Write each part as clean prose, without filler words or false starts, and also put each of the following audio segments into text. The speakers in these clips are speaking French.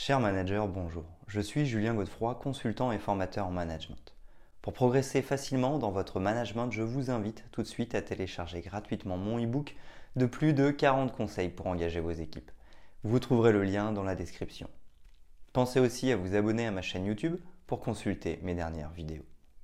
Cher manager, bonjour. Je suis Julien Godefroy, consultant et formateur en management. Pour progresser facilement dans votre management, je vous invite tout de suite à télécharger gratuitement mon e-book de plus de 40 conseils pour engager vos équipes. Vous trouverez le lien dans la description. Pensez aussi à vous abonner à ma chaîne YouTube pour consulter mes dernières vidéos.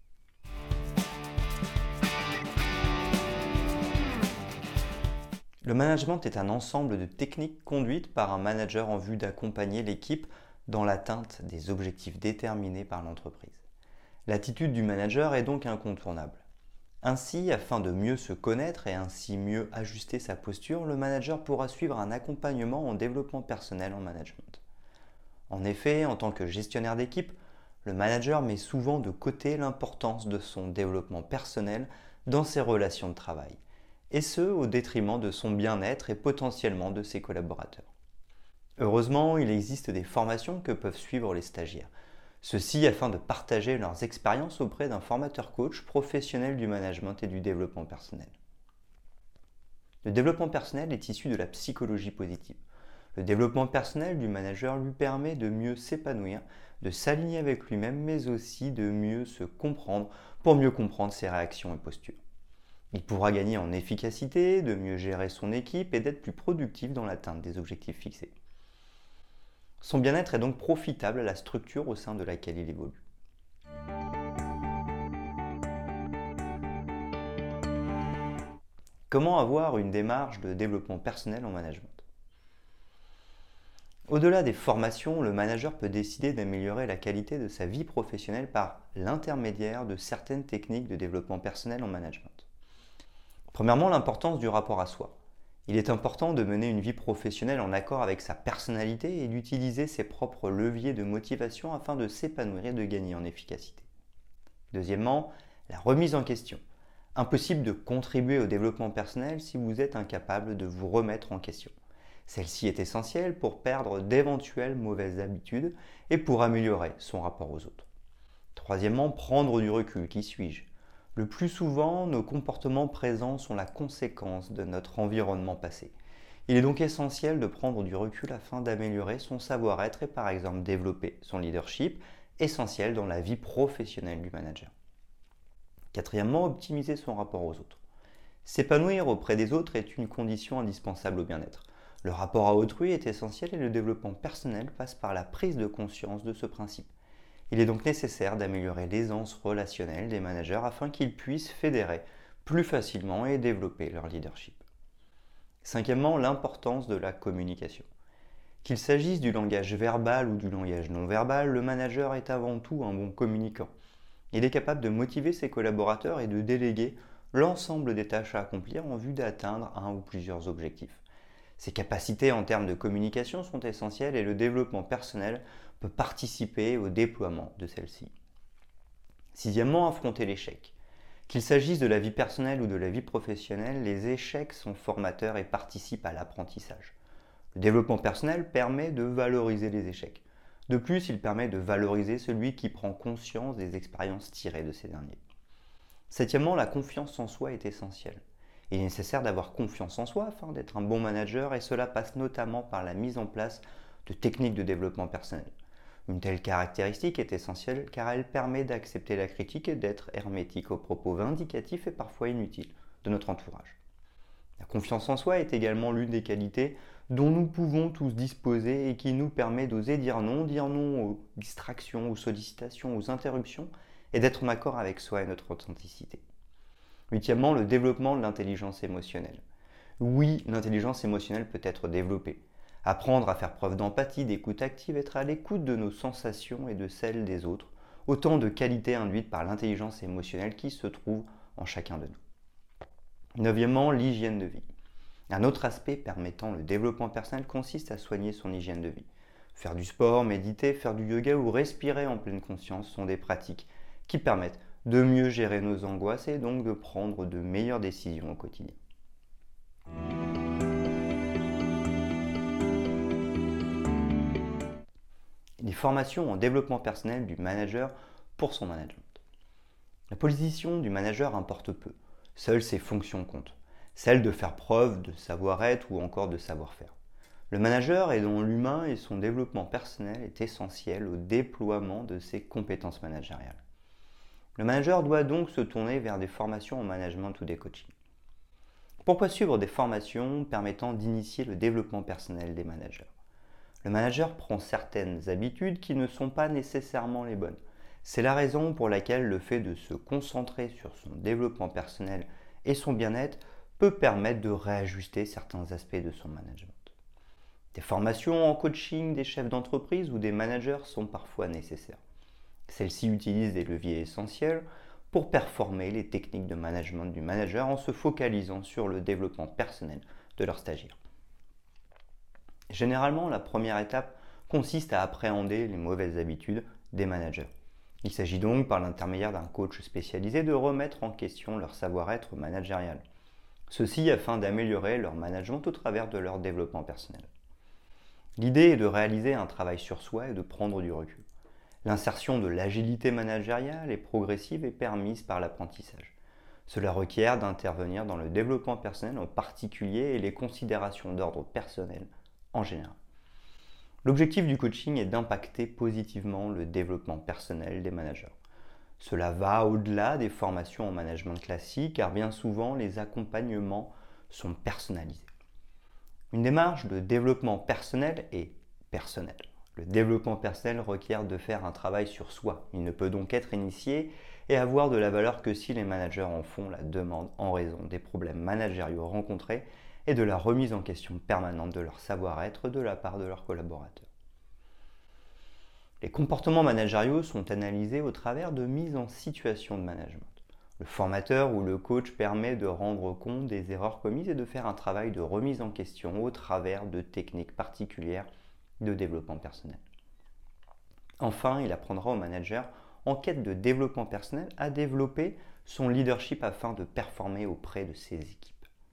Le management est un ensemble de techniques conduites par un manager en vue d'accompagner l'équipe dans l'atteinte des objectifs déterminés par l'entreprise. L'attitude du manager est donc incontournable. Ainsi, afin de mieux se connaître et ainsi mieux ajuster sa posture, le manager pourra suivre un accompagnement en développement personnel en management. En effet, en tant que gestionnaire d'équipe, le manager met souvent de côté l'importance de son développement personnel dans ses relations de travail, et ce au détriment de son bien-être et potentiellement de ses collaborateurs. Heureusement, il existe des formations que peuvent suivre les stagiaires, ceci afin de partager leurs expériences auprès d'un formateur coach professionnel du management et du développement personnel. Le développement personnel est issu de la psychologie positive. Le développement personnel du manager lui permet de mieux s'épanouir, de s'aligner avec lui-même, mais aussi de mieux se comprendre pour mieux comprendre ses réactions et postures. Il pourra gagner en efficacité, de mieux gérer son équipe et d'être plus productif dans l'atteinte des objectifs fixés. Son bien-être est donc profitable à la structure au sein de laquelle il évolue. Comment avoir une démarche de développement personnel en management ? Au-delà des formations, le manager peut décider d'améliorer la qualité de sa vie professionnelle par l'intermédiaire de certaines techniques de développement personnel en management. Premièrement, l'importance du rapport à soi. Il est important de mener une vie professionnelle en accord avec sa personnalité et d'utiliser ses propres leviers de motivation afin de s'épanouir et de gagner en efficacité. Deuxièmement, la remise en question. Impossible de contribuer au développement personnel si vous êtes incapable de vous remettre en question. Celle-ci est essentielle pour perdre d'éventuelles mauvaises habitudes et pour améliorer son rapport aux autres. Troisièmement, prendre du recul. Qui suis-je ? Le plus souvent, nos comportements présents sont la conséquence de notre environnement passé. Il est donc essentiel de prendre du recul afin d'améliorer son savoir-être et par exemple développer son leadership, essentiel dans la vie professionnelle du manager. Quatrièmement, optimiser son rapport aux autres. S'épanouir auprès des autres est une condition indispensable au bien-être. Le rapport à autrui est essentiel et le développement personnel passe par la prise de conscience de ce principe. Il est donc nécessaire d'améliorer l'aisance relationnelle des managers afin qu'ils puissent fédérer plus facilement et développer leur leadership. Cinquièmement, l'importance de la communication. Qu'il s'agisse du langage verbal ou du langage non verbal, le manager est avant tout un bon communicant. Il est capable de motiver ses collaborateurs et de déléguer l'ensemble des tâches à accomplir en vue d'atteindre un ou plusieurs objectifs. Ces capacités en termes de communication sont essentielles et le développement personnel peut participer au déploiement de celles-ci. Sixièmement, affronter l'échec. Qu'il s'agisse de la vie personnelle ou de la vie professionnelle, les échecs sont formateurs et participent à l'apprentissage. Le développement personnel permet de valoriser les échecs. De plus, il permet de valoriser celui qui prend conscience des expériences tirées de ces derniers. Septièmement, la confiance en soi est essentielle. Il est nécessaire d'avoir confiance en soi afin d'être un bon manager et cela passe notamment par la mise en place de techniques de développement personnel. Une telle caractéristique est essentielle car elle permet d'accepter la critique et d'être hermétique aux propos vindicatifs et parfois inutiles de notre entourage. La confiance en soi est également l'une des qualités dont nous pouvons tous disposer et qui nous permet d'oser dire non aux distractions, aux sollicitations, aux interruptions et d'être en accord avec soi et notre authenticité. Huitièmement, le développement de l'intelligence émotionnelle. Oui, l'intelligence émotionnelle peut être développée. Apprendre à faire preuve d'empathie, d'écoute active, être à l'écoute de nos sensations et de celles des autres, autant de qualités induites par l'intelligence émotionnelle qui se trouvent en chacun de nous. Neuvièmement, l'hygiène de vie. Un autre aspect permettant le développement personnel consiste à soigner son hygiène de vie. Faire du sport, méditer, faire du yoga ou respirer en pleine conscience sont des pratiques qui permettent de mieux gérer nos angoisses et donc de prendre de meilleures décisions au quotidien. Les formations en développement personnel du manager pour son management. La position du manager importe peu. Seules ses fonctions comptent. Celle de faire preuve de savoir-être ou encore de savoir-faire. Le manager est dont l'humain et son développement personnel est essentiel au déploiement de ses compétences managériales. Le manager doit donc se tourner vers des formations en management ou des coachings. Pourquoi suivre des formations permettant d'initier le développement personnel des managers? Le manager prend certaines habitudes qui ne sont pas nécessairement les bonnes. C'est la raison pour laquelle le fait de se concentrer sur son développement personnel et son bien-être peut permettre de réajuster certains aspects de son management. Des formations en coaching des chefs d'entreprise ou des managers sont parfois nécessaires. Celles-ci utilisent des leviers essentiels pour performer les techniques de management du manager en se focalisant sur le développement personnel de leurs stagiaires. Généralement, la première étape consiste à appréhender les mauvaises habitudes des managers. Il s'agit donc, par l'intermédiaire d'un coach spécialisé, de remettre en question leur savoir-être managérial. Ceci afin d'améliorer leur management au travers de leur développement personnel. L'idée est de réaliser un travail sur soi et de prendre du recul. L'insertion de l'agilité managériale est progressive et permise par l'apprentissage. Cela requiert d'intervenir dans le développement personnel en particulier et les considérations d'ordre personnel en général. L'objectif du coaching est d'impacter positivement le développement personnel des managers. Cela va au-delà des formations en management classique car bien souvent les accompagnements sont personnalisés. Une démarche de développement personnel est personnelle. Le développement personnel requiert de faire un travail sur soi. Il ne peut donc être initié et avoir de la valeur que si les managers en font la demande en raison des problèmes managériaux rencontrés et de la remise en question permanente de leur savoir-être de la part de leurs collaborateurs. Les comportements managériaux sont analysés au travers de mises en situation de management. Le formateur ou le coach permet de rendre compte des erreurs commises et de faire un travail de remise en question au travers de techniques particulières de développement personnel. Enfin, il apprendra au manager en quête de développement personnel à développer son leadership afin de performer auprès de ses équipes.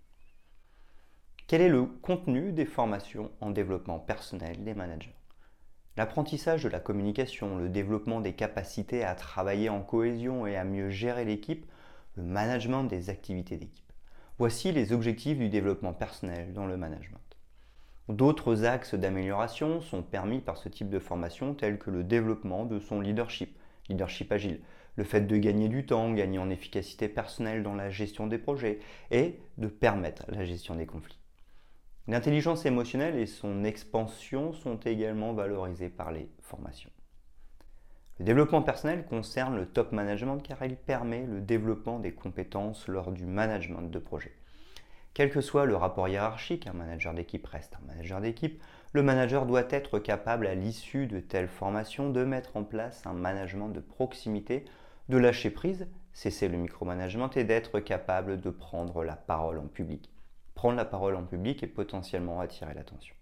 Quel est le contenu des formations en développement personnel des managers? L'apprentissage de la communication, le développement des capacités à travailler en cohésion et à mieux gérer l'équipe, le management des activités d'équipe. Voici les objectifs du développement personnel dans le management. D'autres axes d'amélioration sont permis par ce type de formation tels que le développement de son leadership agile, le fait de gagner du temps, gagner en efficacité personnelle dans la gestion des projets et de permettre la gestion des conflits. L'intelligence émotionnelle et son expansion sont également valorisées par les formations. Le développement personnel concerne le top management car il permet le développement des compétences lors du management de projet. Quel que soit le rapport hiérarchique, un manager d'équipe reste un manager d'équipe, le manager doit être capable à l'issue de telles formations de mettre en place un management de proximité, de lâcher prise, cesser le micromanagement et d'être capable de prendre la parole en public. Prendre la parole en public et potentiellement attirer l'attention.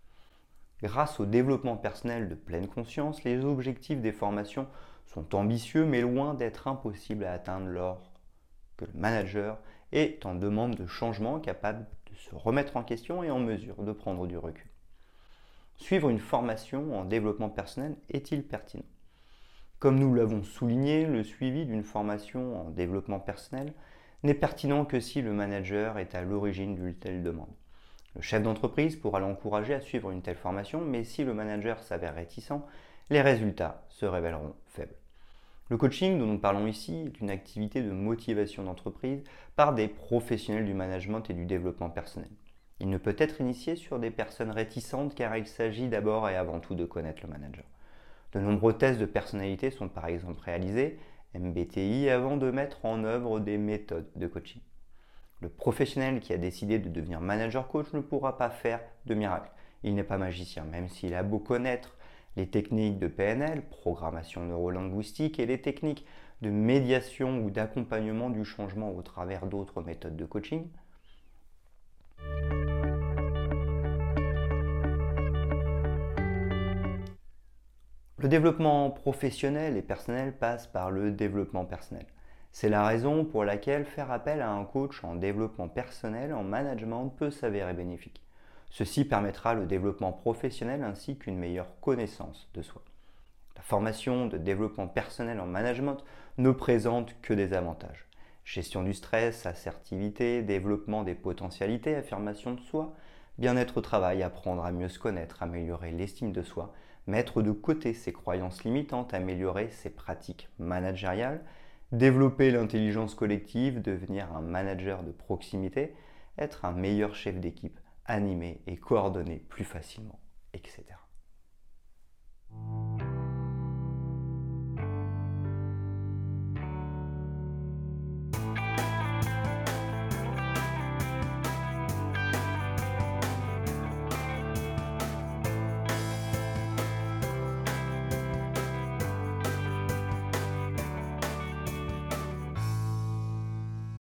Grâce au développement personnel de pleine conscience, les objectifs des formations sont ambitieux mais loin d'être impossibles à atteindre lorsque le manager est en demande de changement, capable de se remettre en question et en mesure de prendre du recul. Suivre une formation en développement personnel est-il pertinent? Comme nous l'avons souligné, le suivi d'une formation en développement personnel n'est pertinent que si le manager est à l'origine d'une telle demande. Le chef d'entreprise pourra l'encourager à suivre une telle formation, mais si le manager s'avère réticent, les résultats se révéleront faibles. Le coaching dont nous parlons ici est une activité de motivation d'entreprise par des professionnels du management et du développement personnel. Il ne peut être initié sur des personnes réticentes car il s'agit d'abord et avant tout de connaître le manager. De nombreux tests de personnalité sont par exemple réalisés, MBTI, avant de mettre en œuvre des méthodes de coaching. Le professionnel qui a décidé de devenir manager coach ne pourra pas faire de miracle. Il n'est pas magicien, même s'il a beau connaître les techniques de PNL, programmation neurolinguistique, et les techniques de médiation ou d'accompagnement du changement au travers d'autres méthodes de coaching. Le développement professionnel et personnel passe par le développement personnel. C'est la raison pour laquelle faire appel à un coach en développement personnel, en management, peut s'avérer bénéfique. Ceci permettra le développement professionnel ainsi qu'une meilleure connaissance de soi. La formation de développement personnel en management ne présente que des avantages. Gestion du stress, assertivité, développement des potentialités, affirmation de soi, Bien-être au travail, apprendre à mieux se connaître, améliorer l'estime de soi, mettre de côté ses croyances limitantes, améliorer ses pratiques managériales, développer l'intelligence collective, devenir un manager de proximité, être un meilleur chef d'équipe, animer et coordonner plus facilement, etc.